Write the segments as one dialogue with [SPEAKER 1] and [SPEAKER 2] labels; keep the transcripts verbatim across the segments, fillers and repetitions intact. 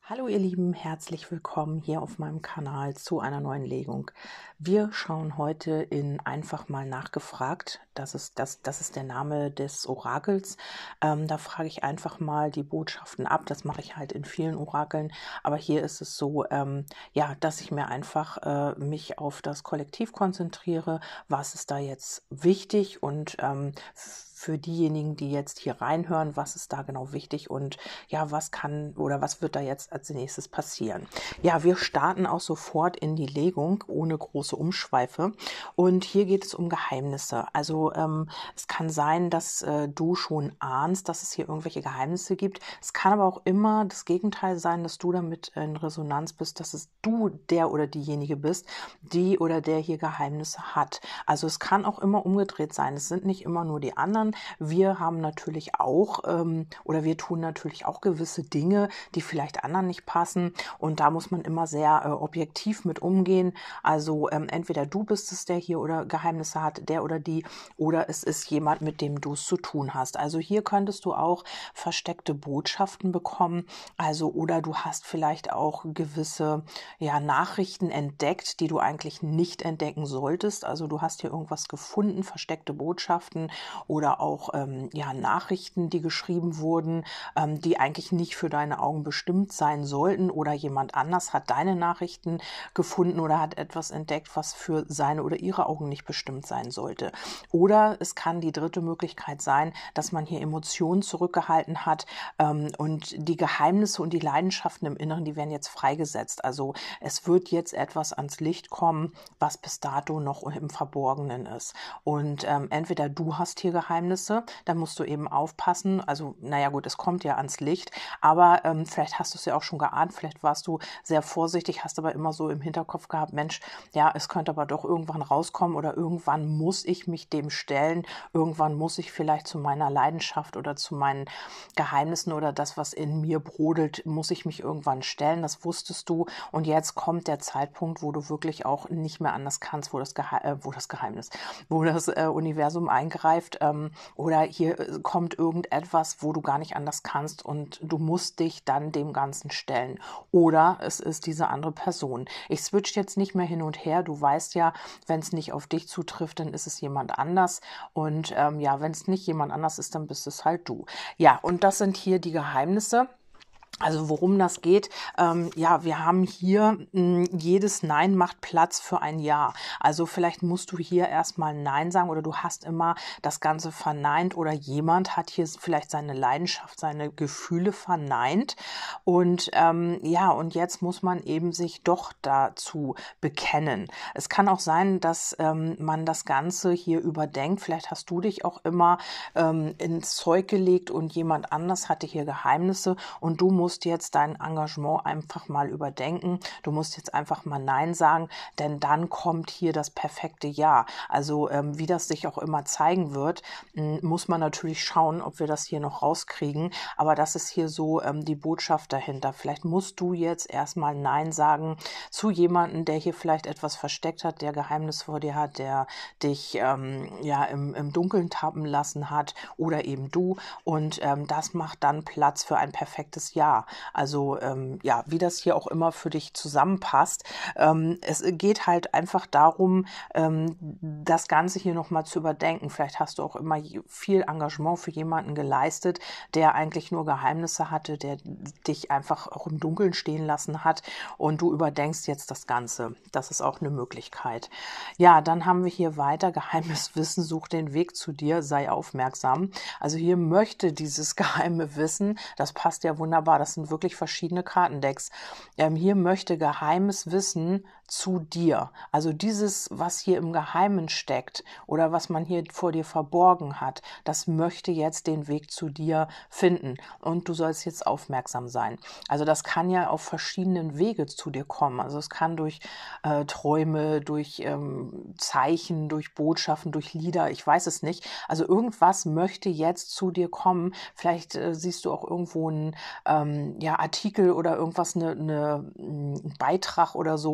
[SPEAKER 1] Hallo ihr Lieben, herzlich willkommen hier auf meinem Kanal zu einer neuen Legung. Wir schauen heute in Einfach mal nachgefragt. Das ist, das, das ist der Name des Orakels. Ähm, da frage ich einfach mal die Botschaften ab. Das mache ich halt in vielen Orakeln. Aber hier ist es so, ähm, ja, dass ich mir einfach äh, mich auf das Kollektiv konzentriere. Was ist da jetzt wichtig und ähm, für diejenigen, die jetzt hier reinhören, was ist da genau wichtig und ja, was kann oder was wird da jetzt als nächstes passieren? Ja, wir starten auch sofort in die Legung ohne große Umschweife und hier geht es um Geheimnisse. Also ähm, es kann sein, dass äh, du schon ahnst, dass es hier irgendwelche Geheimnisse gibt. Es kann aber auch immer das Gegenteil sein, dass du damit in Resonanz bist, dass es du der oder diejenige bist, die oder der hier Geheimnisse hat. Also es kann auch immer umgedreht sein. Es sind nicht immer nur die anderen. Wir haben natürlich auch ähm, oder wir tun natürlich auch gewisse Dinge, die vielleicht anderen nicht passen. Und da muss man immer sehr äh, objektiv mit umgehen. Also ähm, entweder du bist es, der hier oder Geheimnisse hat, der oder die, oder es ist jemand, mit dem du es zu tun hast. Also hier könntest du auch versteckte Botschaften bekommen. Also oder du hast vielleicht auch gewisse ja, Nachrichten entdeckt, die du eigentlich nicht entdecken solltest. Also du hast hier irgendwas gefunden, versteckte Botschaften oder auch ähm, ja, Nachrichten, die geschrieben wurden, ähm, die eigentlich nicht für deine Augen bestimmt sein sollten, oder jemand anders hat deine Nachrichten gefunden oder hat etwas entdeckt, was für seine oder ihre Augen nicht bestimmt sein sollte. Oder es kann die dritte Möglichkeit sein, dass man hier Emotionen zurückgehalten hat ähm, und die Geheimnisse und die Leidenschaften im Inneren, die werden jetzt freigesetzt. Also es wird jetzt etwas ans Licht kommen, was bis dato noch im Verborgenen ist. Und ähm, entweder du hast hier Geheimnisse, dann musst du eben aufpassen. Also naja gut, es kommt ja ans Licht, aber ähm, vielleicht hast du es ja auch schon geahnt, vielleicht warst du sehr vorsichtig, hast aber immer so im Hinterkopf gehabt, Mensch, ja, es könnte aber doch irgendwann rauskommen oder irgendwann muss ich mich dem stellen, irgendwann muss ich vielleicht zu meiner Leidenschaft oder zu meinen Geheimnissen oder das, was in mir brodelt, muss ich mich irgendwann stellen, das wusstest du und jetzt kommt der Zeitpunkt, wo du wirklich auch nicht mehr anders kannst, wo das, Gehe äh, wo das Geheimnis, wo das äh, Universum eingreift ähm, oder hier äh, kommt irgendetwas, wo du gar nicht anders kannst und du musst dich dann dem Ganzen stellen. Oder es ist diese andere Person. Ich switch jetzt nicht mehr hin und her. Du weißt ja, wenn es nicht auf dich zutrifft, dann ist es jemand anders. Und ähm, ja, wenn es nicht jemand anders ist, dann bist es halt du. Ja, und das sind hier die Geheimnisse. Also worum das geht, ähm, ja, wir haben hier mh, jedes Nein macht Platz für ein Ja. Also vielleicht musst du hier erstmal Nein sagen oder du hast immer das Ganze verneint oder jemand hat hier vielleicht seine Leidenschaft, seine Gefühle verneint und ähm, ja, und jetzt muss man eben sich doch dazu bekennen. Es kann auch sein, dass ähm, man das Ganze hier überdenkt. Vielleicht hast du dich auch immer ähm, ins Zeug gelegt und jemand anders hatte hier Geheimnisse und du musst musst jetzt dein Engagement einfach mal überdenken. Du musst jetzt einfach mal Nein sagen, denn dann kommt hier das perfekte Ja. Also ähm, wie das sich auch immer zeigen wird, muss man natürlich schauen, ob wir das hier noch rauskriegen. Aber das ist hier so ähm, die Botschaft dahinter. Vielleicht musst du jetzt erstmal Nein sagen zu jemandem, der hier vielleicht etwas versteckt hat, der Geheimnis vor dir hat, der dich ähm, ja im, im Dunkeln tappen lassen hat oder eben du. Und ähm, das macht dann Platz für ein perfektes Ja. Also ähm, ja, wie das hier auch immer für dich zusammenpasst. Ähm, es geht halt einfach darum, ähm, das Ganze hier nochmal zu überdenken. Vielleicht hast du auch immer viel Engagement für jemanden geleistet, der eigentlich nur Geheimnisse hatte, der dich einfach auch im Dunkeln stehen lassen hat und du überdenkst jetzt das Ganze. Das ist auch eine Möglichkeit. Ja, dann haben wir hier weiter, geheimes Wissen sucht den Weg zu dir, sei aufmerksam. Also hier möchte dieses geheime Wissen, das passt ja wunderbar, das sind wirklich verschiedene Kartendecks. Ähm, hier möchte geheimes Wissen zu dir. Also dieses, was hier im Geheimen steckt oder was man hier vor dir verborgen hat, das möchte jetzt den Weg zu dir finden. Und du sollst jetzt aufmerksam sein. Also das kann ja auf verschiedenen Wege zu dir kommen. Also es kann durch äh, Träume, durch ähm, Zeichen, durch Botschaften, durch Lieder, ich weiß es nicht. Also irgendwas möchte jetzt zu dir kommen. Vielleicht äh, siehst du auch irgendwo einen ähm, ja, Artikel oder irgendwas, eine, eine, einen Beitrag oder so und da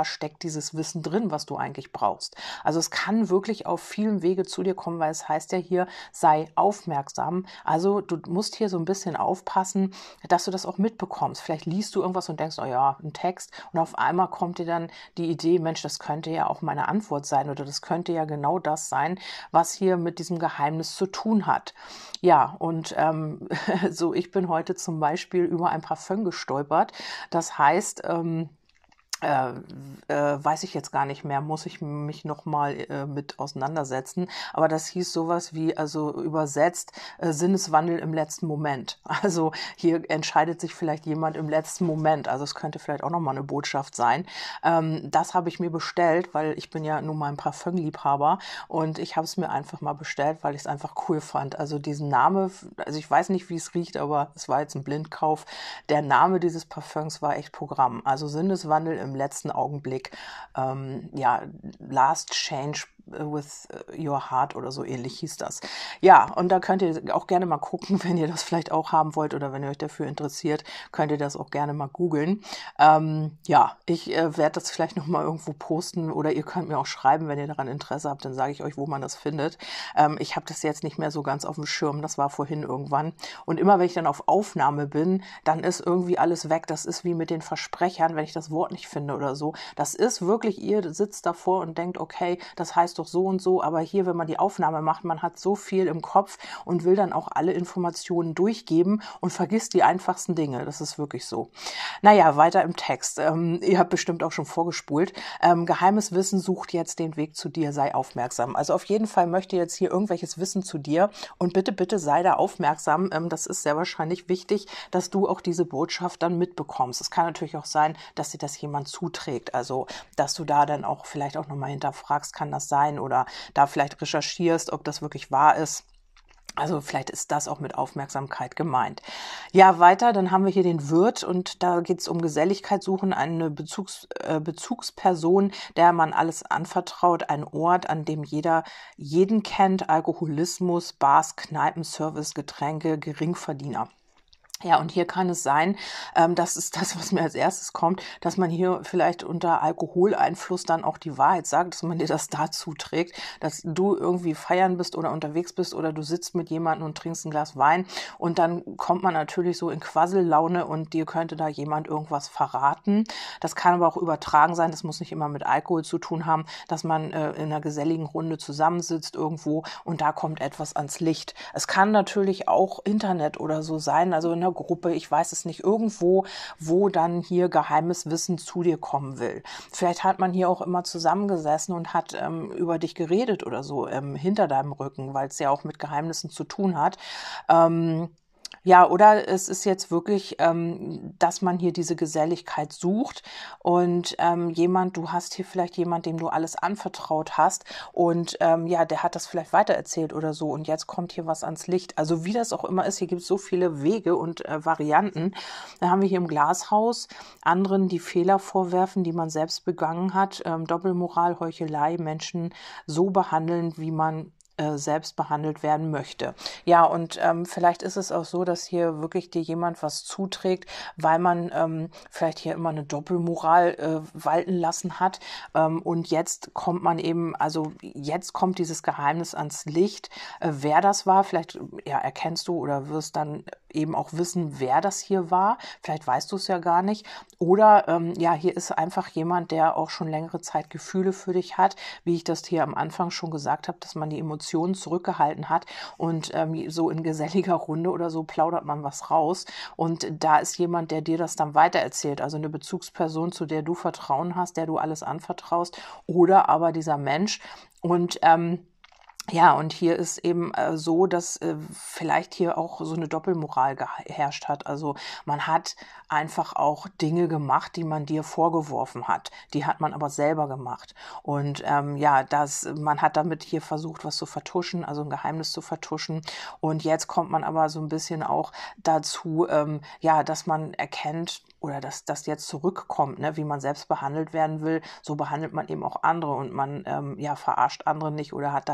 [SPEAKER 1] steckt dieses Wissen drin, was du eigentlich brauchst. Also es kann wirklich auf vielen Wege zu dir kommen, weil es heißt ja hier, sei aufmerksam. Also du musst hier so ein bisschen aufpassen, dass du das auch mitbekommst. Vielleicht liest du irgendwas und denkst, oh ja, ein Text, und auf einmal kommt dir dann die Idee, Mensch, das könnte ja auch meine Antwort sein oder das könnte ja genau das sein, was hier mit diesem Geheimnis zu tun hat. Ja, und ähm, so, ich bin heute zum Beispiel über ein Parfüm gestolpert. Das heißt, ähm, Äh, äh, weiß ich jetzt gar nicht mehr, muss ich mich noch mal äh, mit auseinandersetzen. Aber das hieß sowas wie, also übersetzt, äh, Sinneswandel im letzten Moment. Also hier entscheidet sich vielleicht jemand im letzten Moment. Also es könnte vielleicht auch noch mal eine Botschaft sein. Ähm, das habe ich mir bestellt, weil ich bin ja nun mal ein Parfümliebhaber und ich habe es mir einfach mal bestellt, weil ich es einfach cool fand. Also diesen Name, also ich weiß nicht, wie es riecht, aber es war jetzt ein Blindkauf. Der Name dieses Parfüms war echt Programm. Also Sinneswandel im im letzten Augenblick, ähm, ja, Last Change with Your Heart oder so ähnlich hieß das. Ja, und da könnt ihr auch gerne mal gucken, wenn ihr das vielleicht auch haben wollt oder wenn ihr euch dafür interessiert, könnt ihr das auch gerne mal googeln. Ähm, ja, ich äh, werde das vielleicht noch mal irgendwo posten oder ihr könnt mir auch schreiben, wenn ihr daran Interesse habt, dann sage ich euch, wo man das findet. Ähm, ich habe das jetzt nicht mehr so ganz auf dem Schirm, das war vorhin irgendwann. Und immer wenn ich dann auf Aufnahme bin, dann ist irgendwie alles weg. Das ist wie mit den Versprechern, wenn ich das Wort nicht finde oder so. Das ist wirklich, ihr sitzt davor und denkt, okay, das heißt doch so und so, aber hier, wenn man die Aufnahme macht, man hat so viel im Kopf und will dann auch alle Informationen durchgeben und vergisst die einfachsten Dinge. Das ist wirklich so. Naja, weiter im Text. Ähm, ihr habt bestimmt auch schon vorgespult. Ähm, geheimes Wissen sucht jetzt den Weg zu dir, sei aufmerksam. Also auf jeden Fall möchte jetzt hier irgendwelches Wissen zu dir und bitte, bitte sei da aufmerksam. Ähm, das ist sehr wahrscheinlich wichtig, dass du auch diese Botschaft dann mitbekommst. Es kann natürlich auch sein, dass dir das jemand zuträgt. Also, dass du da dann auch vielleicht auch nochmal hinterfragst, kann das sein, oder da vielleicht recherchierst, ob das wirklich wahr ist. Also vielleicht ist das auch mit Aufmerksamkeit gemeint. Ja, weiter, dann haben wir hier den Wirt und da geht es um Geselligkeit suchen, eine Bezugs, äh, Bezugsperson, der man alles anvertraut, ein Ort, an dem jeder jeden kennt, Alkoholismus, Bars, Kneipen, Service, Getränke, Geringverdiener. Ja, und hier kann es sein, ähm, das ist das, was mir als erstes kommt, dass man hier vielleicht unter Alkoholeinfluss dann auch die Wahrheit sagt, dass man dir das dazu trägt, dass du irgendwie feiern bist oder unterwegs bist oder du sitzt mit jemandem und trinkst ein Glas Wein und dann kommt man natürlich so in Quassellaune und dir könnte da jemand irgendwas verraten. Das kann aber auch übertragen sein, das muss nicht immer mit Alkohol zu tun haben, dass man äh, in einer geselligen Runde zusammensitzt irgendwo und da kommt etwas ans Licht. Es kann natürlich auch Internet oder so sein, also in der Gruppe, ich weiß es nicht, irgendwo, wo dann hier geheimes Wissen zu dir kommen will. Vielleicht hat man hier auch immer zusammengesessen und hat ähm, über dich geredet oder so ähm, hinter deinem Rücken, weil es ja auch mit Geheimnissen zu tun hat. Ähm, Ja, oder es ist jetzt wirklich, ähm, dass man hier diese Geselligkeit sucht und ähm, jemand, du hast hier vielleicht jemand, dem du alles anvertraut hast und ähm, ja, der hat das vielleicht weitererzählt oder so und jetzt kommt hier was ans Licht. Also wie das auch immer ist, hier gibt es so viele Wege und äh, Varianten. Da haben wir hier im Glashaus anderen, die Fehler vorwerfen, die man selbst begangen hat, ähm, Doppelmoral, Heuchelei, Menschen so behandeln, wie man selbst behandelt werden möchte. Ja, und ähm, vielleicht ist es auch so, dass hier wirklich dir jemand was zuträgt, weil man ähm, vielleicht hier immer eine Doppelmoral äh, walten lassen hat. Ähm, und jetzt kommt man eben, also jetzt kommt dieses Geheimnis ans Licht, äh, wer das war. Vielleicht ja, erkennst du oder wirst dann eben auch wissen, wer das hier war. Vielleicht weißt du es ja gar nicht. Oder ähm, ja, hier ist einfach jemand, der auch schon längere Zeit Gefühle für dich hat, wie ich das hier am Anfang schon gesagt habe, dass man die Emotionen zurückgehalten hat und ähm, so in geselliger Runde oder so plaudert man was raus und da ist jemand, der dir das dann weitererzählt, also eine Bezugsperson, zu der du Vertrauen hast, der du alles anvertraust oder aber dieser Mensch und ähm, ja, und hier ist eben äh, so, dass äh, vielleicht hier auch so eine Doppelmoral geherrscht hat. Also man hat einfach auch Dinge gemacht, die man dir vorgeworfen hat. Die hat man aber selber gemacht. Und ähm, ja, das, man hat damit hier versucht, was zu vertuschen, also ein Geheimnis zu vertuschen. Und jetzt kommt man aber so ein bisschen auch dazu, ähm, ja, dass man erkennt, oder dass das jetzt zurückkommt, ne, wie man selbst behandelt werden will, so behandelt man eben auch andere und man ähm, ja verarscht andere nicht oder hat da Geheimnisse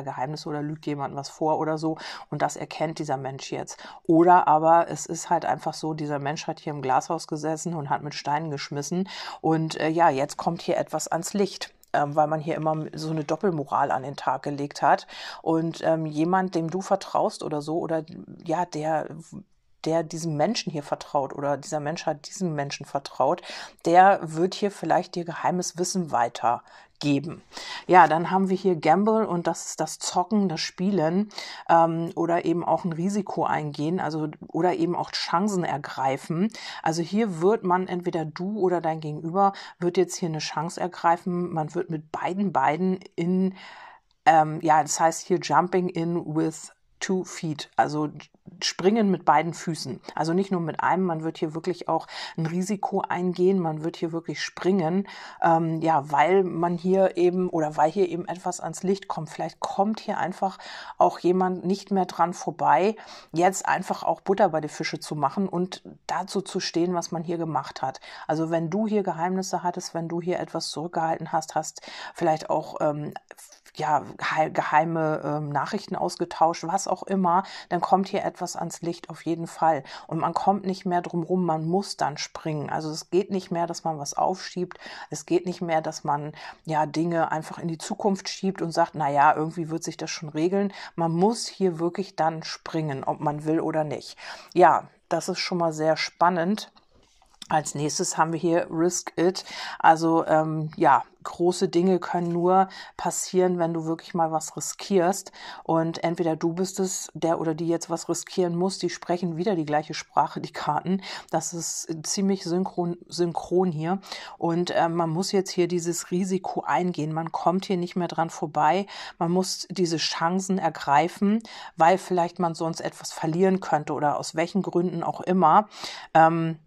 [SPEAKER 1] Geheimnisse oder lügt jemand was vor oder so und das erkennt dieser Mensch jetzt. Oder aber es ist halt einfach so, dieser Mensch hat hier im Glashaus gesessen und hat mit Steinen geschmissen und äh, ja, jetzt kommt hier etwas ans Licht, ähm, weil man hier immer so eine Doppelmoral an den Tag gelegt hat und ähm, jemand, dem du vertraust oder so oder ja, der der diesem Menschen hier vertraut oder dieser Mensch hat diesem Menschen vertraut, der wird hier vielleicht dir geheimes Wissen weitergeben. Ja, dann haben wir hier Gamble und das ist das Zocken, das Spielen ähm, oder eben auch ein Risiko eingehen, also oder eben auch Chancen ergreifen. Also hier wird man, entweder du oder dein Gegenüber, wird jetzt hier eine Chance ergreifen. Man wird mit beiden Beinen in, ähm, ja, das heißt hier Jumping in with two feet, also springen mit beiden Füßen. Also nicht nur mit einem, man wird hier wirklich auch ein Risiko eingehen, man wird hier wirklich springen, ähm, ja, weil man hier eben oder weil hier eben etwas ans Licht kommt. Vielleicht kommt hier einfach auch jemand nicht mehr dran vorbei, jetzt einfach auch Butter bei die Fische zu machen und dazu zu stehen, was man hier gemacht hat. Also wenn du hier Geheimnisse hattest, wenn du hier etwas zurückgehalten hast, hast vielleicht auch ähm, ja, geheime ähm, Nachrichten ausgetauscht, was auch immer, dann kommt hier etwas ans Licht auf jeden Fall. Und man kommt nicht mehr drum rum, man muss dann springen. Also es geht nicht mehr, dass man was aufschiebt. Es geht nicht mehr, dass man ja Dinge einfach in die Zukunft schiebt und sagt, na ja, irgendwie wird sich das schon regeln. Man muss hier wirklich dann springen, ob man will oder nicht. Ja, das ist schon mal sehr spannend. Als nächstes haben wir hier Risk It. Also ähm, ja, große Dinge können nur passieren, wenn du wirklich mal was riskierst. Und entweder du bist es, der oder die jetzt was riskieren muss, die sprechen wieder die gleiche Sprache, die Karten. Das ist ziemlich synchron, synchron hier. Und äh, man muss jetzt hier dieses Risiko eingehen. Man kommt hier nicht mehr dran vorbei. Man muss diese Chancen ergreifen, weil vielleicht man sonst etwas verlieren könnte oder aus welchen Gründen auch immer. Ähm,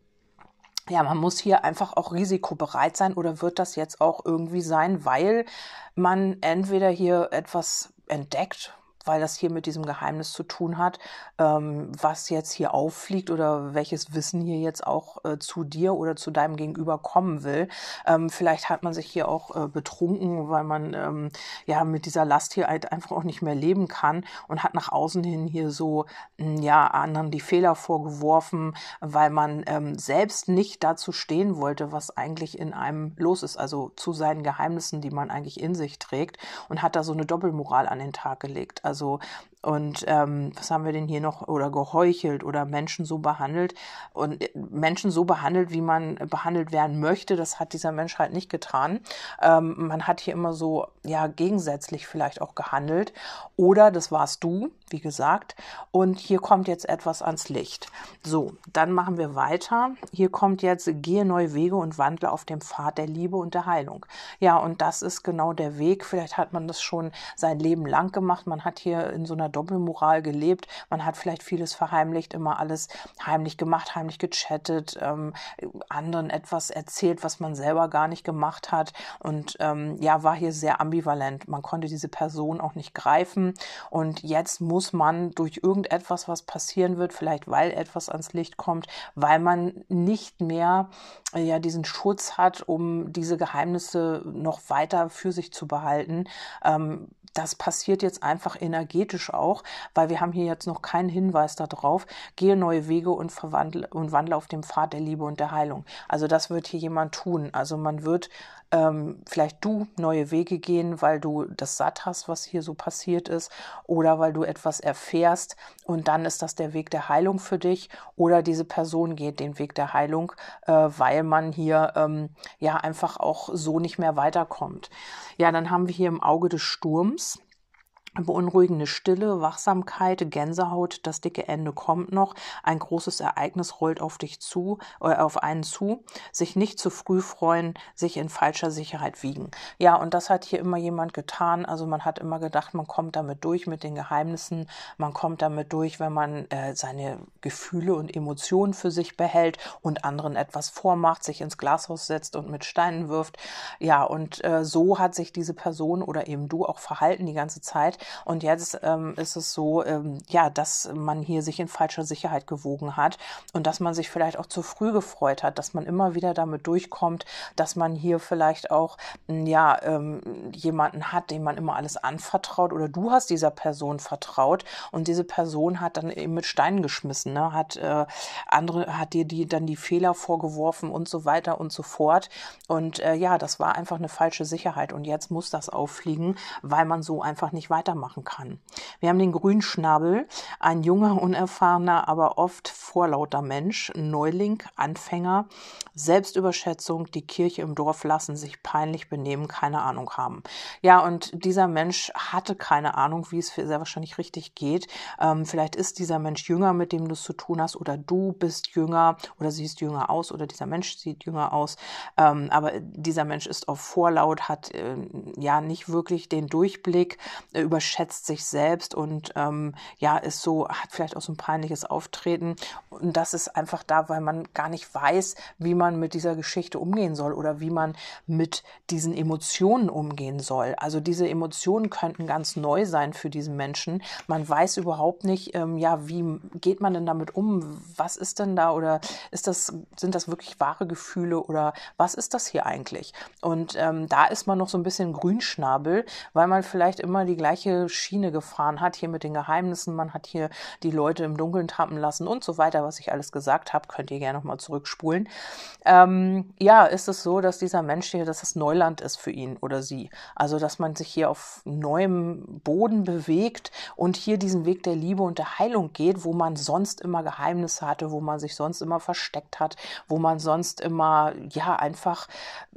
[SPEAKER 1] Ja, man muss hier einfach auch risikobereit sein oder wird das jetzt auch irgendwie sein, weil man entweder hier etwas entdeckt, weil das hier mit diesem Geheimnis zu tun hat, ähm, was jetzt hier auffliegt oder welches Wissen hier jetzt auch äh, zu dir oder zu deinem Gegenüber kommen will. Ähm, vielleicht hat man sich hier auch äh, betrunken, weil man ähm, ja mit dieser Last hier halt einfach auch nicht mehr leben kann und hat nach außen hin hier so mh, ja anderen die Fehler vorgeworfen, weil man ähm, selbst nicht dazu stehen wollte, was eigentlich in einem los ist, also zu seinen Geheimnissen, die man eigentlich in sich trägt und hat da so eine Doppelmoral an den Tag gelegt. Also Also, und ähm, was haben wir denn hier noch? Oder geheuchelt oder Menschen so behandelt. Und Menschen so behandelt, wie man behandelt werden möchte, das hat dieser Mensch halt nicht getan. Ähm, man hat hier immer so, ja, gegensätzlich vielleicht auch gehandelt. Oder das warst du, wie gesagt. Und hier kommt jetzt etwas ans Licht. So, dann machen wir weiter. Hier kommt jetzt, gehe neue Wege und wandle auf dem Pfad der Liebe und der Heilung. Ja, und das ist genau der Weg. Vielleicht hat man das schon sein Leben lang gemacht. Man hat hier in so einer Doppelmoral gelebt. Man hat vielleicht vieles verheimlicht, immer alles heimlich gemacht, heimlich gechattet, ähm, anderen etwas erzählt, was man selber gar nicht gemacht hat und ähm, ja, war hier sehr ambivalent. Man konnte diese Person auch nicht greifen und jetzt muss man durch irgendetwas, was passieren wird, vielleicht weil etwas ans Licht kommt, weil man nicht mehr äh, ja diesen Schutz hat, um diese Geheimnisse noch weiter für sich zu behalten. Ähm, Das passiert jetzt einfach energetisch auch, weil wir haben hier jetzt noch keinen Hinweis darauf. Gehe neue Wege und verwandle und wandle auf dem Pfad der Liebe und der Heilung. Also das wird hier jemand tun. Also man wird ähm, vielleicht du neue Wege gehen, weil du das satt hast, was hier so passiert ist, oder weil du etwas erfährst und dann ist das der Weg der Heilung für dich, oder diese Person geht den Weg der Heilung, äh, weil man hier ähm, ja einfach auch so nicht mehr weiterkommt. Ja, dann haben wir hier im Auge des Sturms beunruhigende Stille, Wachsamkeit, Gänsehaut, das dicke Ende kommt noch, ein großes Ereignis rollt auf dich zu, äh, auf einen zu, sich nicht zu früh freuen, sich in falscher Sicherheit wiegen. Ja, und das hat hier immer jemand getan, also man hat immer gedacht, man kommt damit durch mit den Geheimnissen, man kommt damit durch, wenn man äh, seine Gefühle und Emotionen für sich behält und anderen etwas vormacht, sich ins Glashaus setzt und mit Steinen wirft. Ja, und äh, so hat sich diese Person oder eben du auch verhalten die ganze Zeit. Und jetzt ähm, ist es so, ähm, ja, dass man hier sich in falscher Sicherheit gewogen hat und dass man sich vielleicht auch zu früh gefreut hat, dass man immer wieder damit durchkommt, dass man hier vielleicht auch ja ähm, jemanden hat, dem man immer alles anvertraut, oder du hast dieser Person vertraut und diese Person hat dann eben mit Steinen geschmissen, ne? Hat äh, andere, hat dir die dann die Fehler vorgeworfen und so weiter und so fort. Und äh, ja, das war einfach eine falsche Sicherheit und jetzt muss das auffliegen, weil man so einfach nicht weitermachen kann. Wir haben den Grünschnabel, ein junger, unerfahrener, aber oft vorlauter Mensch, Neuling, Anfänger, Selbstüberschätzung, die Kirche im Dorf lassen, sich peinlich benehmen, keine Ahnung haben. Ja, und dieser Mensch hatte keine Ahnung, wie es sehr wahrscheinlich richtig geht. Ähm, vielleicht ist dieser Mensch jünger, mit dem du es zu tun hast, oder du bist jünger oder siehst jünger aus oder dieser Mensch sieht jünger aus. Ähm, aber dieser Mensch ist auf Vorlaut, hat äh, ja nicht wirklich den Durchblick, äh, überschätzt sich selbst und ähm, ja, ist so, hat vielleicht auch so ein peinliches Auftreten. Und das ist einfach da, weil man gar nicht weiß, wie man mit dieser Geschichte umgehen soll oder wie man mit diesen Emotionen umgehen soll. Also diese Emotionen könnten ganz neu sein für diesen Menschen. Man weiß überhaupt nicht, ähm, ja, wie geht man denn damit um? Was ist denn da, oder ist das, sind das wirklich wahre Gefühle oder was ist das hier eigentlich? Und ähm, da ist man noch so ein bisschen Grünschnabel, weil man vielleicht immer die gleiche Schiene gefahren hat, hier mit den Geheimnissen. Man hat hier die Leute im Dunkeln tappen lassen und so weiter, was ich alles gesagt habe. Könnt ihr gerne nochmal zurückspulen. Ähm, ja, ist es so, dass dieser Mensch hier, dass das Neuland ist für ihn oder sie. Also, dass man sich hier auf neuem Boden bewegt und hier diesen Weg der Liebe und der Heilung geht, wo man sonst immer Geheimnisse hatte, wo man sich sonst immer versteckt hat, wo man sonst immer, ja, einfach,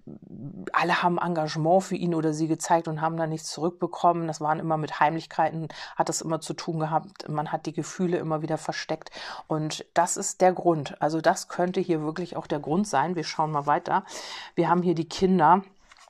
[SPEAKER 1] alle haben Engagement für ihn oder sie gezeigt und haben da nichts zurückbekommen. Das waren immer mit Heimlichkeiten, hat das immer zu tun gehabt. Man hat die Gefühle immer wieder versteckt. Und das ist der Grund. Also das könnte hier wirklich auch der Grund sein. Wir schauen mal weiter. Wir haben hier die Kinder.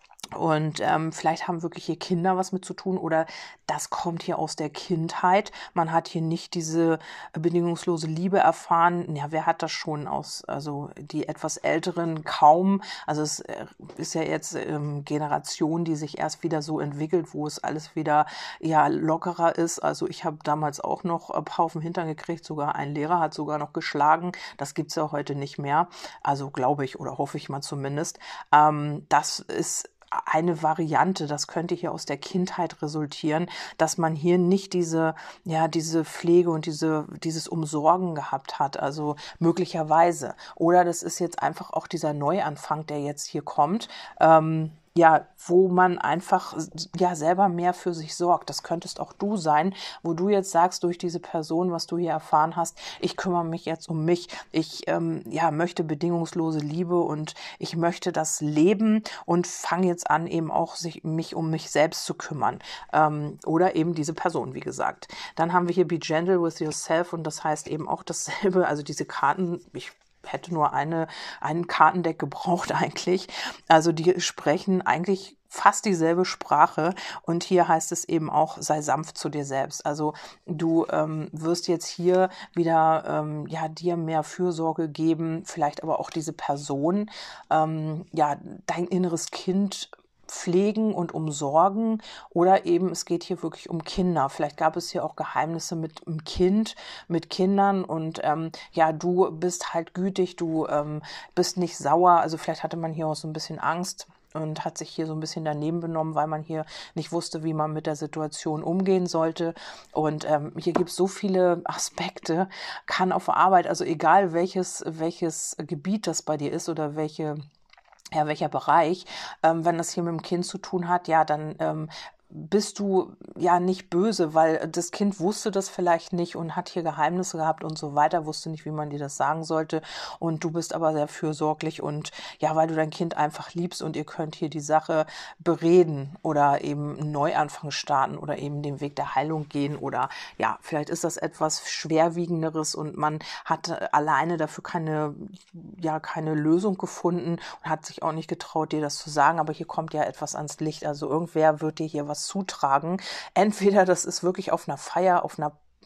[SPEAKER 1] Und ähm, vielleicht haben wirklich hier Kinder was mit zu tun oder das kommt hier aus der Kindheit. Man hat hier nicht diese bedingungslose Liebe erfahren. Ja, wer hat das schon aus, also die etwas Älteren kaum. Also es ist ja jetzt ähm, Generation, die sich erst wieder so entwickelt, wo es alles wieder ja lockerer ist. Also ich habe damals auch noch ein paar auf den Hintern gekriegt. Sogar ein Lehrer hat sogar noch geschlagen. Das gibt's ja heute nicht mehr. Also glaube ich oder hoffe ich mal zumindest. Ähm, das ist eine Variante, das könnte hier aus der Kindheit resultieren, dass man hier nicht diese, ja, diese Pflege und diese, dieses Umsorgen gehabt hat, also möglicherweise. Oder das ist jetzt einfach auch dieser Neuanfang, der jetzt hier kommt, ähm, ja, wo man einfach ja selber mehr für sich sorgt. Das könntest auch du sein, wo du jetzt sagst, durch diese Person, was du hier erfahren hast, ich kümmere mich jetzt um mich, ich ähm, ja möchte bedingungslose Liebe und ich möchte das leben und fange jetzt an, eben auch sich, mich um mich selbst zu kümmern. Ähm, oder eben diese Person, wie gesagt. Dann haben wir hier Be Gentle with Yourself und das heißt eben auch dasselbe, also diese Karten, ich hätte nur eine, ein Kartendeck gebraucht eigentlich. Also die sprechen eigentlich fast dieselbe Sprache und hier heißt es eben auch, sei sanft zu dir selbst. Also du ähm, wirst jetzt hier wieder ähm, ja dir mehr Fürsorge geben, vielleicht aber auch diese Person, ähm, ja dein inneres Kind pflegen und umsorgen oder eben es geht hier wirklich um Kinder. Vielleicht gab es hier auch Geheimnisse mit dem Kind, mit Kindern und ähm, ja, du bist halt gütig, du ähm, bist nicht sauer. Also vielleicht hatte man hier auch so ein bisschen Angst und hat sich hier so ein bisschen daneben benommen, weil man hier nicht wusste, wie man mit der Situation umgehen sollte. Und ähm, hier gibt es so viele Aspekte, kann auf Arbeit, also egal welches, welches Gebiet das bei dir ist oder welche ja, welcher Bereich, ähm, wenn das hier mit dem Kind zu tun hat, ja, dann ähm, bist du ja nicht böse, weil das Kind wusste das vielleicht nicht und hat hier Geheimnisse gehabt und so weiter, wusste nicht, wie man dir das sagen sollte und du bist aber sehr fürsorglich und ja, weil du dein Kind einfach liebst und ihr könnt hier die Sache bereden oder eben einen Neuanfang starten oder eben den Weg der Heilung gehen oder ja, vielleicht ist das etwas Schwerwiegenderes und man hat alleine dafür keine, ja, keine Lösung gefunden und hat sich auch nicht getraut, dir das zu sagen, aber hier kommt ja etwas ans Licht, also irgendwer wird dir hier was zutragen. Entweder das ist wirklich auf einer Feier, auf einer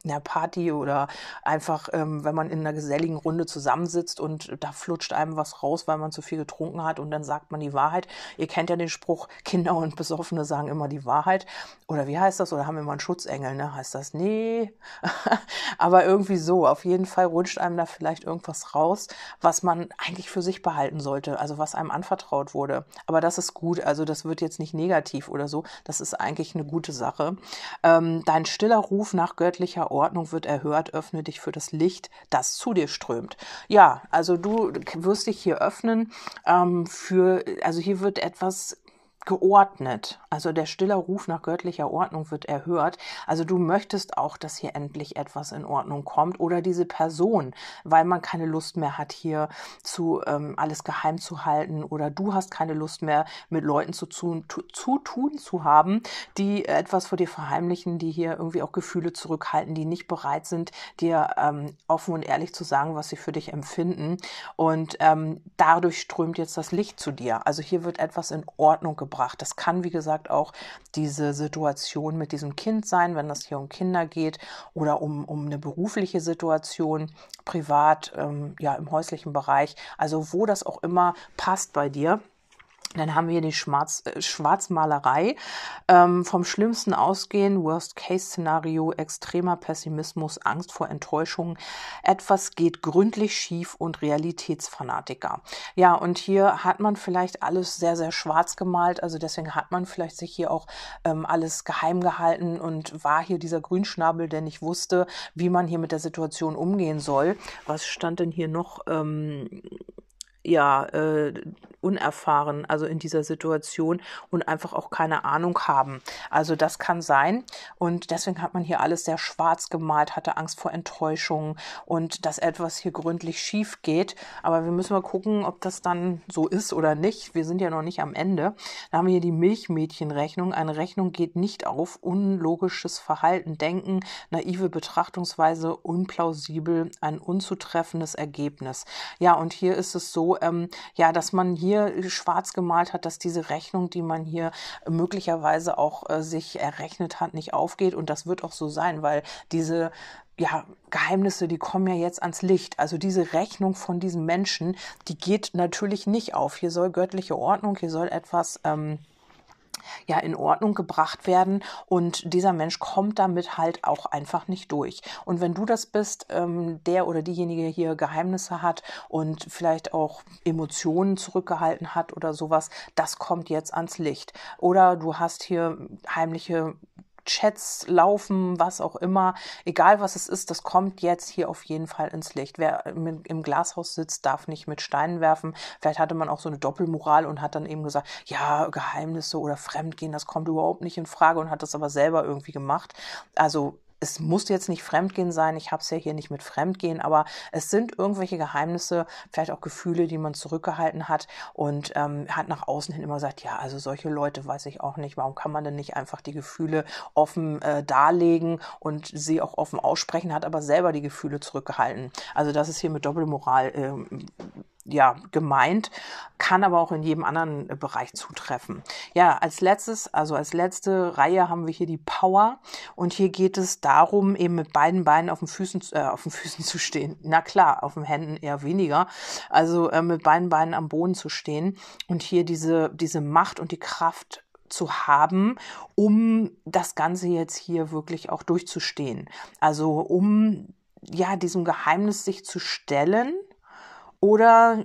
[SPEAKER 1] einer Party oder einfach, ähm, wenn man in einer geselligen Runde zusammensitzt und da flutscht einem was raus, weil man zu viel getrunken hat und dann sagt man die Wahrheit. Ihr kennt ja den Spruch, Kinder und Besoffene sagen immer die Wahrheit. Oder wie heißt das? Oder haben wir mal einen Schutzengel, ne? Heißt das? Nee. Aber irgendwie so. Auf jeden Fall rutscht einem da vielleicht irgendwas raus, was man eigentlich für sich behalten sollte. Also was einem anvertraut wurde. Aber das ist gut. Also das wird jetzt nicht negativ oder so. Das ist eigentlich eine gute Sache. Ähm, dein stiller Ruf nach göttlicher Ordnung wird erhört, öffne dich für das Licht, das zu dir strömt. Ja, also du wirst dich hier öffnen ähm, für, also hier wird etwas geordnet. Also der stille Ruf nach göttlicher Ordnung wird erhört. Also du möchtest auch, dass hier endlich etwas in Ordnung kommt oder diese Person, weil man keine Lust mehr hat, hier zu ähm, alles geheim zu halten oder du hast keine Lust mehr, mit Leuten zu, zu, zu tun zu haben, die etwas vor dir verheimlichen, die hier irgendwie auch Gefühle zurückhalten, die nicht bereit sind, dir ähm, offen und ehrlich zu sagen, was sie für dich empfinden. Und ähm, dadurch strömt jetzt das Licht zu dir. Also hier wird etwas in Ordnung gebracht. Das kann, wie gesagt, auch diese Situation mit diesem Kind sein, wenn das hier um Kinder geht oder um, um eine berufliche Situation, privat, ähm, ja, im häuslichen Bereich. Also wo das auch immer passt bei dir. Dann haben wir die Schwarz, äh, Schwarzmalerei. Ähm, vom Schlimmsten ausgehen, Worst-Case-Szenario, extremer Pessimismus, Angst vor Enttäuschung. Etwas geht gründlich schief und Realitätsfanatiker. Ja, und hier hat man vielleicht alles sehr, sehr schwarz gemalt. Also deswegen hat man vielleicht sich hier auch ähm, alles geheim gehalten und war hier dieser Grünschnabel, der nicht wusste, wie man hier mit der Situation umgehen soll. Was stand denn hier noch? Ähm, ja, äh, unerfahren, also in dieser Situation und einfach auch keine Ahnung haben. Also das kann sein und deswegen hat man hier alles sehr schwarz gemalt, hatte Angst vor Enttäuschung und dass etwas hier gründlich schief geht. Aber wir müssen mal gucken, ob das dann so ist oder nicht. Wir sind ja noch nicht am Ende. Da haben wir hier die Milchmädchenrechnung. Eine Rechnung geht nicht auf. Unlogisches Verhalten, Denken, naive Betrachtungsweise, unplausibel, ein unzutreffendes Ergebnis. Ja, und hier ist es so, ähm, ja, dass man hier schwarz gemalt hat, dass diese Rechnung, die man hier möglicherweise auch äh, sich errechnet hat, nicht aufgeht. Und das wird auch so sein, weil diese ja, Geheimnisse, die kommen ja jetzt ans Licht. Also diese Rechnung von diesem Menschen, die geht natürlich nicht auf. Hier soll göttliche Ordnung, hier soll etwas ähm, ja in Ordnung gebracht werden und dieser Mensch kommt damit halt auch einfach nicht durch. Und wenn du das bist, ähm, der oder diejenige hier Geheimnisse hat und vielleicht auch Emotionen zurückgehalten hat oder sowas, das kommt jetzt ans Licht. Oder du hast hier heimliche Chats laufen, was auch immer, egal was es ist, das kommt jetzt hier auf jeden Fall ins Licht. Wer im, im Glashaus sitzt, darf nicht mit Steinen werfen. Vielleicht hatte man auch so eine Doppelmoral und hat dann eben gesagt, ja, Geheimnisse oder Fremdgehen, das kommt überhaupt nicht in Frage und hat das aber selber irgendwie gemacht. Also es muss jetzt nicht Fremdgehen sein, ich habe es ja hier nicht mit Fremdgehen, aber es sind irgendwelche Geheimnisse, vielleicht auch Gefühle, die man zurückgehalten hat und ähm, hat nach außen hin immer gesagt, ja, also solche Leute weiß ich auch nicht, warum kann man denn nicht einfach die Gefühle offen äh, darlegen und sie auch offen aussprechen, hat aber selber die Gefühle zurückgehalten. Also das ist hier mit Doppelmoral äh, ja, gemeint, kann aber auch in jedem anderen Bereich zutreffen. Ja, als letztes, also als letzte Reihe haben wir hier die Power und hier geht es darum, eben mit beiden Beinen auf den Füßen, äh, auf den Füßen zu stehen. Na klar, auf den Händen eher weniger. Also äh, mit beiden Beinen am Boden zu stehen und hier diese, diese Macht und die Kraft zu haben, um das Ganze jetzt hier wirklich auch durchzustehen. Also um ja diesem Geheimnis sich zu stellen. Oder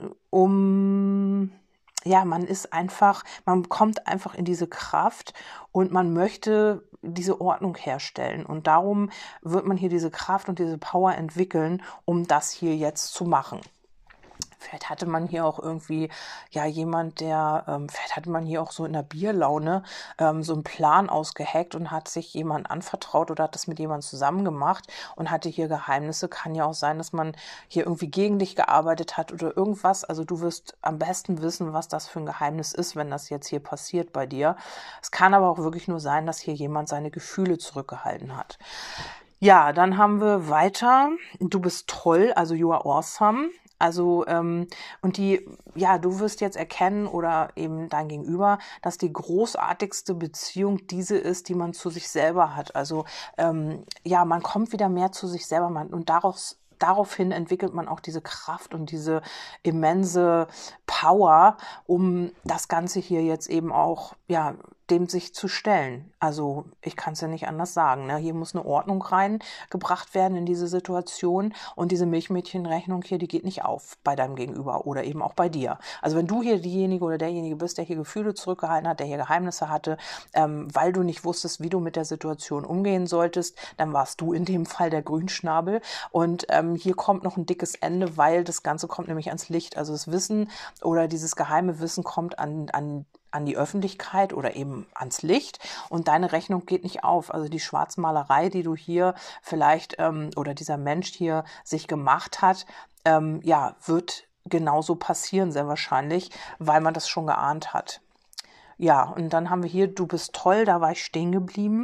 [SPEAKER 1] um, ja, man ist einfach, man kommt einfach in diese Kraft und man möchte diese Ordnung herstellen. Und darum wird man hier diese Kraft und diese Power entwickeln, um das hier jetzt zu machen. Vielleicht hatte man hier auch irgendwie, ja, jemand, der, ähm, vielleicht hatte man hier auch so in der Bierlaune ähm, so einen Plan ausgeheckt und hat sich jemand anvertraut oder hat das mit jemandem zusammen gemacht und hatte hier Geheimnisse. Kann ja auch sein, dass man hier irgendwie gegen dich gearbeitet hat oder irgendwas. Also du wirst am besten wissen, was das für ein Geheimnis ist, wenn das jetzt hier passiert bei dir. Es kann aber auch wirklich nur sein, dass hier jemand seine Gefühle zurückgehalten hat. Ja, dann haben wir weiter. Du bist toll, also you are awesome. Also, ähm, und die, ja, du wirst jetzt erkennen oder eben dein Gegenüber, dass die großartigste Beziehung diese ist, die man zu sich selber hat. Also, ähm, ja, man kommt wieder mehr zu sich selber man, und daraus Daraufhin entwickelt man auch diese Kraft und diese immense Power, um das Ganze hier jetzt eben auch, ja, dem sich zu stellen. Also ich kann es ja nicht anders sagen. Ne? Hier muss eine Ordnung reingebracht werden in diese Situation und diese Milchmädchenrechnung hier, die geht nicht auf bei deinem Gegenüber oder eben auch bei dir. Also wenn du hier diejenige oder derjenige bist, der hier Gefühle zurückgehalten hat, der hier Geheimnisse hatte, ähm, weil du nicht wusstest, wie du mit der Situation umgehen solltest, dann warst du in dem Fall der Grünschnabel. Und ähm, hier kommt noch ein dickes Ende, weil das Ganze kommt nämlich ans Licht. Also das Wissen oder dieses geheime Wissen kommt an, an an die Öffentlichkeit oder eben ans Licht und deine Rechnung geht nicht auf. Also die Schwarzmalerei, die du hier vielleicht ähm, oder dieser Mensch hier sich gemacht hat, ähm, ja, wird genauso passieren, sehr wahrscheinlich, weil man das schon geahnt hat. Ja, und dann haben wir hier, du bist toll, da war ich stehen geblieben.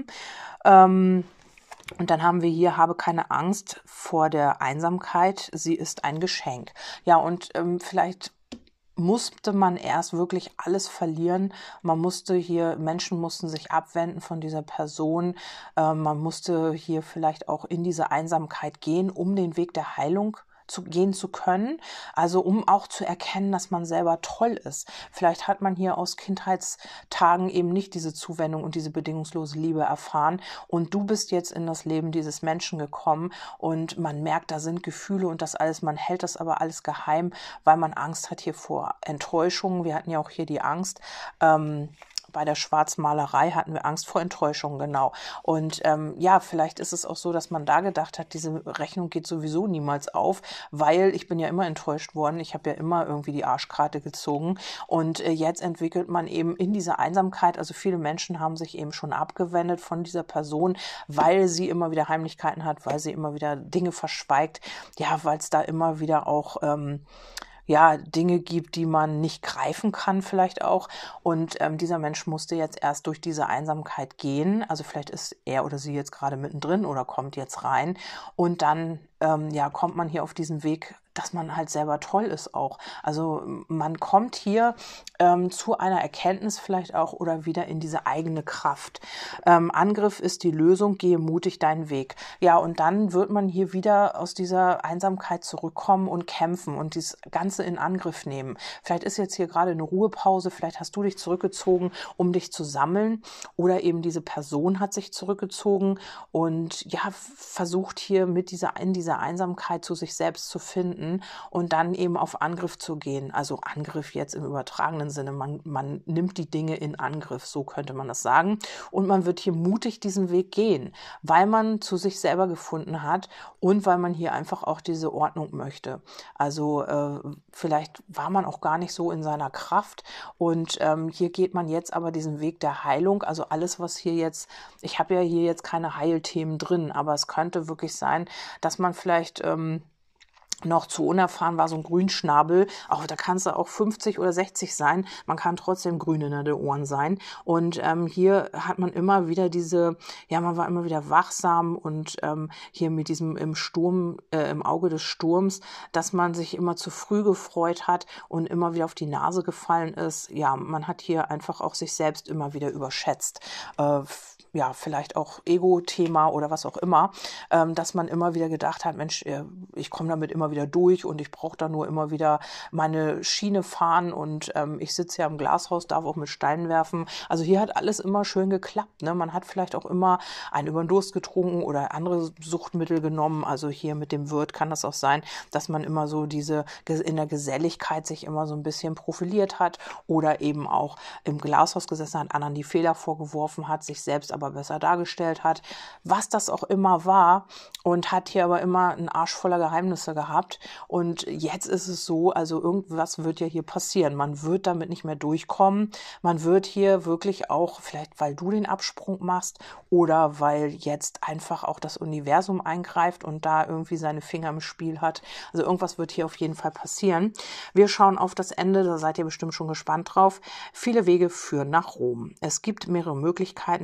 [SPEAKER 1] Ähm, Und dann haben wir hier, habe keine Angst vor der Einsamkeit, sie ist ein Geschenk. Ja, und ähm, vielleicht musste man erst wirklich alles verlieren. Man musste hier, Menschen mussten sich abwenden von dieser Person. Ähm, man musste hier vielleicht auch in diese Einsamkeit gehen, um den Weg der Heilung zu gehen zu können, also um auch zu erkennen, dass man selber toll ist. Vielleicht hat man hier aus Kindheitstagen eben nicht diese Zuwendung und diese bedingungslose Liebe erfahren und du bist jetzt in das Leben dieses Menschen gekommen und man merkt, da sind Gefühle und das alles, man hält das aber alles geheim, weil man Angst hat hier vor Enttäuschungen. Wir hatten ja auch hier die Angst, ähm, bei der Schwarzmalerei hatten wir Angst vor Enttäuschung, genau. Und ähm, ja, vielleicht ist es auch so, dass man da gedacht hat, diese Rechnung geht sowieso niemals auf, weil ich bin ja immer enttäuscht worden. Ich habe ja immer irgendwie die Arschkarte gezogen. Und äh, jetzt entwickelt man eben in dieser Einsamkeit, also viele Menschen haben sich eben schon abgewendet von dieser Person, weil sie immer wieder Heimlichkeiten hat, weil sie immer wieder Dinge verschweigt. Ja, weil es da immer wieder auch Ähm, ja, Dinge gibt, die man nicht greifen kann vielleicht auch. Und ähm, dieser Mensch musste jetzt erst durch diese Einsamkeit gehen. Also vielleicht ist er oder sie jetzt gerade mittendrin oder kommt jetzt rein. Und dann ähm, ja, kommt man hier auf diesen Weg, dass man halt selber toll ist auch. Also man kommt hier ähm, zu einer Erkenntnis vielleicht auch oder wieder in diese eigene Kraft. Ähm, Angriff ist die Lösung, gehe mutig deinen Weg. Ja, und dann wird man hier wieder aus dieser Einsamkeit zurückkommen und kämpfen und dieses Ganze in Angriff nehmen. Vielleicht ist jetzt hier gerade eine Ruhepause, vielleicht hast du dich zurückgezogen, um dich zu sammeln oder eben diese Person hat sich zurückgezogen und ja, versucht hier mit dieser, in dieser Einsamkeit zu sich selbst zu finden und dann eben auf Angriff zu gehen. Also Angriff jetzt im übertragenen Sinne. Man, man nimmt die Dinge in Angriff, so könnte man das sagen. Und man wird hier mutig diesen Weg gehen, weil man zu sich selber gefunden hat und weil man hier einfach auch diese Ordnung möchte. Also äh, vielleicht war man auch gar nicht so in seiner Kraft und ähm, hier geht man jetzt aber diesen Weg der Heilung. Also alles, was hier jetzt, ich habe ja hier jetzt keine Heilthemen drin, aber es könnte wirklich sein, dass man vielleicht ähm, noch zu unerfahren war, so ein Grünschnabel, auch da kannst du auch fünfzig oder sechzig sein, man kann trotzdem grün in den Ohren sein und ähm, hier hat man immer wieder diese, ja, man war immer wieder wachsam und ähm, hier mit diesem im Sturm, äh, im Auge des Sturms, dass man sich immer zu früh gefreut hat und immer wieder auf die Nase gefallen ist, ja, man hat hier einfach auch sich selbst immer wieder überschätzt, äh, ja, vielleicht auch Ego-Thema oder was auch immer, ähm, dass man immer wieder gedacht hat, Mensch, ich komme damit immer wieder durch und ich brauche da nur immer wieder meine Schiene fahren und ähm, ich sitze ja im Glashaus, darf auch mit Steinen werfen. Also hier hat alles immer schön geklappt. Ne? Man hat vielleicht auch immer einen über den Durst getrunken oder andere Suchtmittel genommen. Also hier mit dem Wirt kann das auch sein, dass man immer so diese in der Geselligkeit sich immer so ein bisschen profiliert hat oder eben auch im Glashaus gesessen hat, anderen die Fehler vorgeworfen hat, sich selbst aber besser dargestellt hat, was das auch immer war und hat hier aber immer einen Arsch voller Geheimnisse gehabt und jetzt ist es so, also irgendwas wird ja hier passieren, man wird damit nicht mehr durchkommen, man wird hier wirklich auch, vielleicht weil du den Absprung machst oder weil jetzt einfach auch das Universum eingreift und da irgendwie seine Finger im Spiel hat, also irgendwas wird hier auf jeden Fall passieren. Wir schauen auf das Ende, da seid ihr bestimmt schon gespannt drauf. Viele Wege führen nach Rom. Es gibt mehrere Möglichkeiten, eine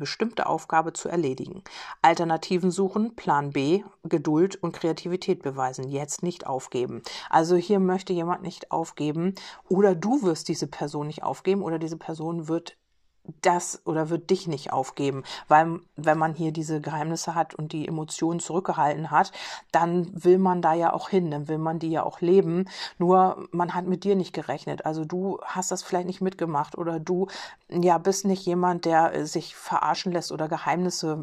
[SPEAKER 1] bestimmte Aufgabe zu erledigen. Alternativen suchen, Plan B, Geduld und Kreativität beweisen, jetzt nicht aufgeben. Also hier möchte jemand nicht aufgeben oder du wirst diese Person nicht aufgeben oder diese Person wird das oder wird dich nicht aufgeben, weil wenn man hier diese Geheimnisse hat und die Emotionen zurückgehalten hat, dann will man da ja auch hin, dann will man die ja auch leben, nur man hat mit dir nicht gerechnet, also du hast das vielleicht nicht mitgemacht oder du ja bist nicht jemand, der sich verarschen lässt oder Geheimnisse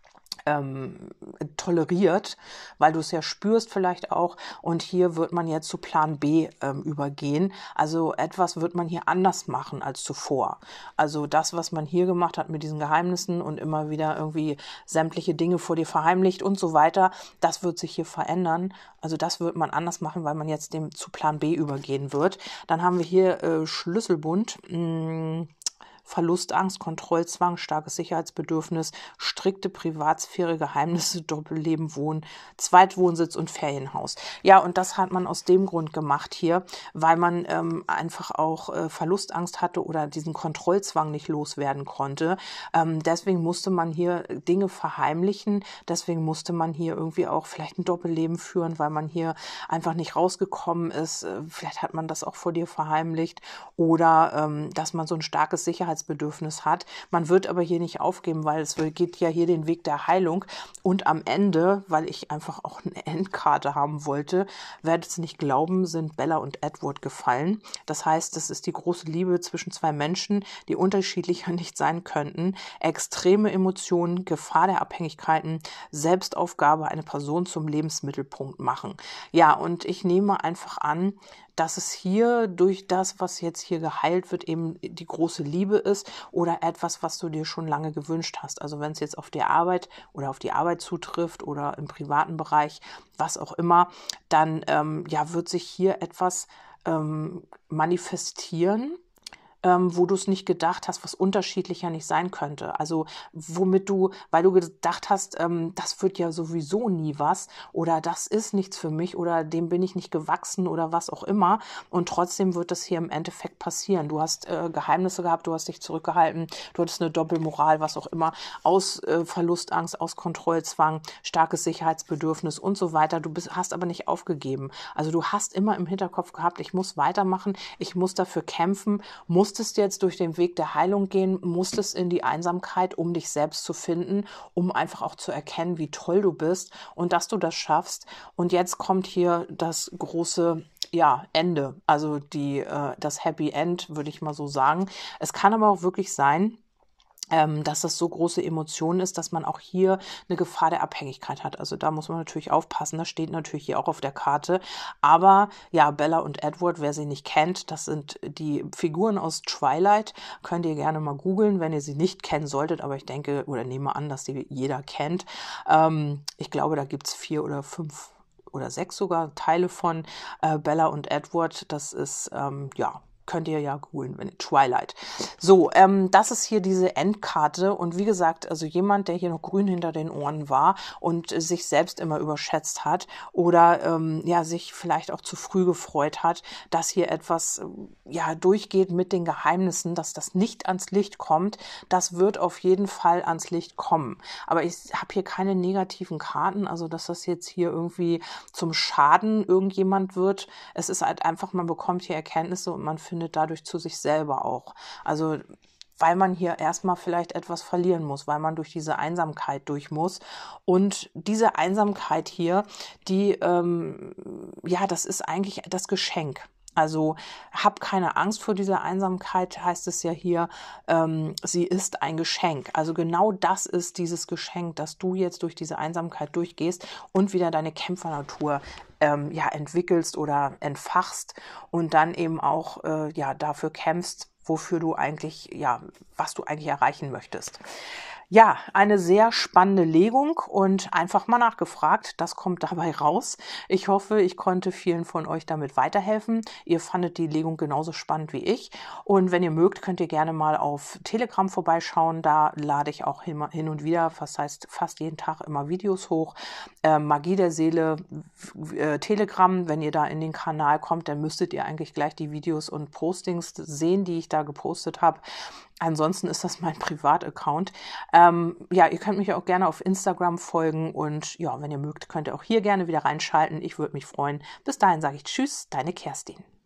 [SPEAKER 1] Ähm, toleriert, weil du es ja spürst vielleicht auch und hier wird man jetzt zu Plan B ähm, übergehen. Also etwas wird man hier anders machen als zuvor. Also das, was man hier gemacht hat mit diesen Geheimnissen und immer wieder irgendwie sämtliche Dinge vor dir verheimlicht und so weiter, das wird sich hier verändern. Also das wird man anders machen, weil man jetzt dem zu Plan B übergehen wird. Dann haben wir hier äh, Schlüsselbund, mh, Verlustangst, Kontrollzwang, starkes Sicherheitsbedürfnis, strikte Privatsphäre, Geheimnisse, Doppelleben, Wohn, Zweitwohnsitz und Ferienhaus. Ja, und das hat man aus dem Grund gemacht hier, weil man ähm, einfach auch äh, Verlustangst hatte oder diesen Kontrollzwang nicht loswerden konnte. Ähm, deswegen musste man hier Dinge verheimlichen, deswegen musste man hier irgendwie auch vielleicht ein Doppelleben führen, weil man hier einfach nicht rausgekommen ist. Äh, vielleicht hat man das auch vor dir verheimlicht oder ähm, dass man so ein starkes Sicherheitsbedürfnis hat. Man wird aber hier nicht aufgeben, weil es geht ja hier den Weg der Heilung. Und am Ende, weil ich einfach auch eine Endkarte haben wollte, werdet ihr nicht glauben, sind Bella und Edward gefallen. Das heißt, es ist die große Liebe zwischen zwei Menschen, die unterschiedlicher nicht sein könnten. Extreme Emotionen, Gefahr der Abhängigkeiten, Selbstaufgabe, eine Person zum Lebensmittelpunkt machen. Ja, und ich nehme einfach an, dass es hier durch das, was jetzt hier geheilt wird, eben die große Liebe ist oder etwas, was du dir schon lange gewünscht hast. Also wenn es jetzt auf der Arbeit oder auf die Arbeit zutrifft oder im privaten Bereich, was auch immer, dann ähm, ja, wird sich hier etwas ähm, manifestieren, ähm, wo du es nicht gedacht hast, was unterschiedlicher nicht sein könnte. Also womit du, weil du gedacht hast, ähm, das wird ja sowieso nie was oder das ist nichts für mich oder dem bin ich nicht gewachsen oder was auch immer und trotzdem wird das hier im Endeffekt passieren. Du hast äh, Geheimnisse gehabt, du hast dich zurückgehalten, du hattest eine Doppelmoral, was auch immer, aus äh, Verlustangst, aus Kontrollzwang, starkes Sicherheitsbedürfnis und so weiter. Du bist, hast aber nicht aufgegeben. Also du hast immer im Hinterkopf gehabt, ich muss weitermachen, ich muss dafür kämpfen, muss musstest jetzt durch den Weg der Heilung gehen, musstest in die Einsamkeit, um dich selbst zu finden, um einfach auch zu erkennen, wie toll du bist und dass du das schaffst. Und jetzt kommt hier das große ja, Ende, also die, äh, das Happy End, würde ich mal so sagen. Es kann aber auch wirklich sein, Ähm, dass das so große Emotionen ist, dass man auch hier eine Gefahr der Abhängigkeit hat. Also da muss man natürlich aufpassen, das steht natürlich hier auch auf der Karte. Aber ja, Bella und Edward, wer sie nicht kennt, das sind die Figuren aus Twilight. Könnt ihr gerne mal googeln, wenn ihr sie nicht kennen solltet. Aber ich denke oder nehme an, dass die jeder kennt. Ähm, ich glaube, da gibt's vier oder fünf oder sechs sogar Teile von äh, Bella und Edward. Das ist, ähm, ja, könnt ihr ja googeln, wenn Twilight. So, ähm, das ist hier diese Endkarte und wie gesagt, also jemand, der hier noch grün hinter den Ohren war und äh, sich selbst immer überschätzt hat oder ähm, ja sich vielleicht auch zu früh gefreut hat, dass hier etwas äh, ja durchgeht mit den Geheimnissen, dass das nicht ans Licht kommt, das wird auf jeden Fall ans Licht kommen. Aber ich habe hier keine negativen Karten, also dass das jetzt hier irgendwie zum Schaden irgendjemand wird. Es ist halt einfach, man bekommt hier Erkenntnisse und man findet dadurch zu sich selber auch. Also weil man hier erstmal vielleicht etwas verlieren muss, weil man durch diese Einsamkeit durch muss. Und diese Einsamkeit hier, die, ähm, ja, das ist eigentlich das Geschenk. Also hab keine Angst vor dieser Einsamkeit, heißt es ja hier, ähm, sie ist ein Geschenk. Also genau das ist dieses Geschenk, dass du jetzt durch diese Einsamkeit durchgehst und wieder deine Kämpfernatur ähm, ja, entwickelst oder entfachst und dann eben auch äh, ja, dafür kämpfst, wofür du eigentlich, ja, was du eigentlich erreichen möchtest. Ja, eine sehr spannende Legung und einfach mal nachgefragt. Das kommt dabei raus. Ich hoffe, ich konnte vielen von euch damit weiterhelfen. Ihr fandet die Legung genauso spannend wie ich. Und wenn ihr mögt, könnt ihr gerne mal auf Telegram vorbeischauen. Da lade ich auch hin und wieder, das heißt fast jeden Tag immer Videos hoch. Äh, Magie der Seele, äh, Telegram, wenn ihr da in den Kanal kommt, dann müsstet ihr eigentlich gleich die Videos und Postings sehen, die ich da gepostet habe. Ansonsten ist das mein Privataccount. Ähm, ja, ihr könnt mich auch gerne auf Instagram folgen und ja, wenn ihr mögt, könnt ihr auch hier gerne wieder reinschalten. Ich würde mich freuen. Bis dahin sage ich Tschüss, deine Kerstin.